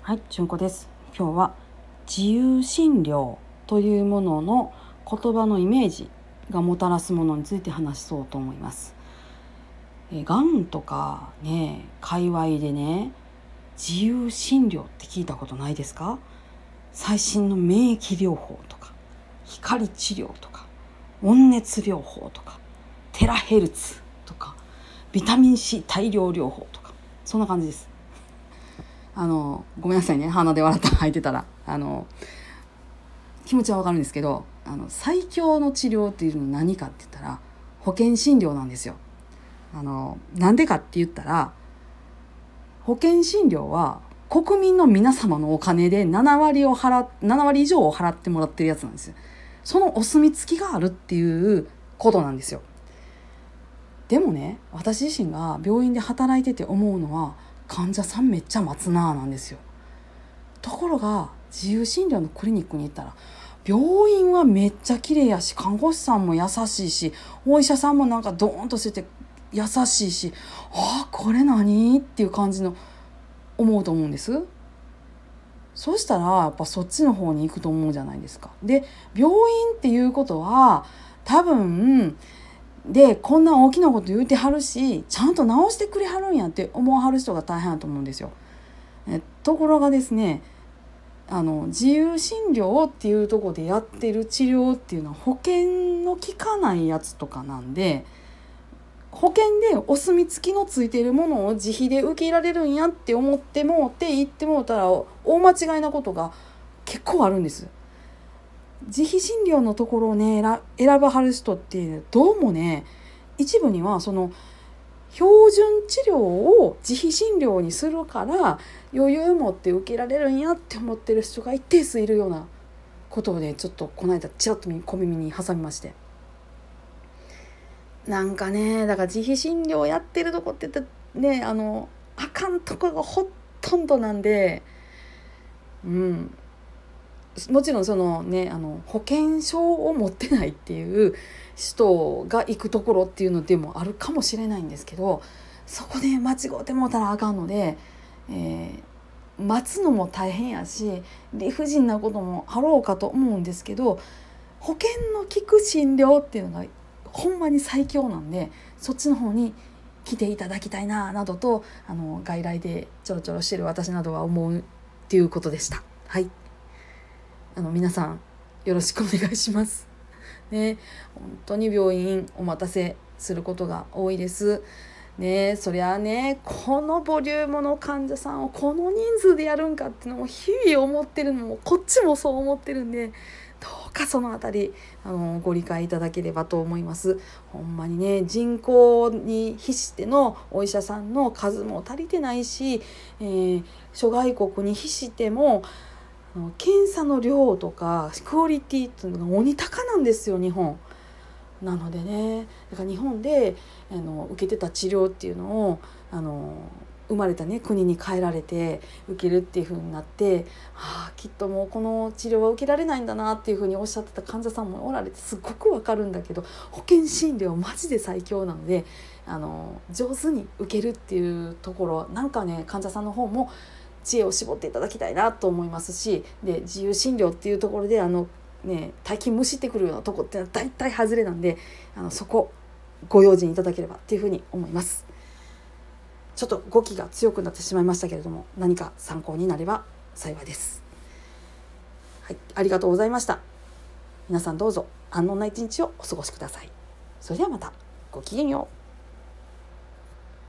はい、純子です。今日は自由診療というものの言葉のイメージがもたらすものについて話そうと思います。がんとかね、界隈でね、自由診療って聞いたことないですか？最新の免疫療法とか、光治療とか、温熱療法とか、テラヘルツとか、ビタミン C 大量療法とか、そんな感じです。ごめんなさいね、鼻で笑った吐いてたら気持ちはわかるんですけど、最強の治療っていうのは何かって言ったら保険診療なんですよ。なんでかって言ったら、保険診療は国民の皆様のお金で7割以上を払ってもらってるやつなんですよ。そのお墨付きがあるっていうことなんですよ。でもね、私自身が病院で働いてて思うのは、患者さんめっちゃ待つなぁなんですよ。ところが自由診療のクリニックに行ったら、病院はめっちゃ綺麗やし、看護師さんも優しいし、お医者さんもなんかドーンとしてて優しいし、これ何っていう感じの思うと思うんです。そうしたらやっぱそっちの方に行くと思うじゃないですか。で、病院っていうことは多分でこんな大きなこと言うてはるし、ちゃんと治してくれはるんやって思わはる人が大変だと思うんですよ。ところがですね、自由診療っていうところでやってる治療っていうのは保険の効かないやつとかなんで、保険でお墨付きのついているものを自費で受けられるんやって思ってもって言ってもうたら大間違いなことが結構あるんです。自費診療のところをね選ばはる人ってどうもね、一部にはその標準治療を自費診療にするから余裕持って受けられるんやって思ってる人が一定数いるようなことをね、ちょっとこの間ちらっと小耳に挟みまして、なんかね、だから自費診療やってるとこって言ってね、あかんとこがほとんどなんで、もちろんそのね、保険証を持ってないっていう人が行くところっていうのでもあるかもしれないんですけど、そこで間違ってもうたらあかんので、待つのも大変やし理不尽なこともあろうかと思うんですけど、保険の効く診療っていうのがほんまに最強なんで、そっちの方に来ていただきたいななどと外来でちょろちょろしてる私などは思うっていうことでした。はい、皆さんよろしくお願いしますね。本当に病院お待たせすることが多いですね。そりゃあね、このボリュームの患者さんをこの人数でやるんかっていうのも日々思ってるのもこっちもそう思ってるんで、どうかそのあたりご理解いただければと思います。ほんまにね、人口に比してのお医者さんの数も足りてないし、諸外国に比しても検査の量とかクオリティっていうのが鬼高なんですよ、日本。なのでね、だから日本で受けてた治療っていうのを生まれたね国に帰られて受けるっていう風になって、きっともうこの治療は受けられないんだなっていう風におっしゃってた患者さんもおられてすごくわかるんだけど、保険診療マジで最強なので上手に受けるっていうところ、なんかね患者さんの方も知恵を絞っていただきたいなと思いますし、で自由診療っていうところで大金むしってくるようなとこってのは大体外れなんで、そこご用心いただければっていうふうに思います。ちょっと語気が強くなってしまいましたけれども、何か参考になれば幸いです。はい、ありがとうございました。皆さんどうぞ安穏な一日をお過ごしください。それではまた、ごきげんよう。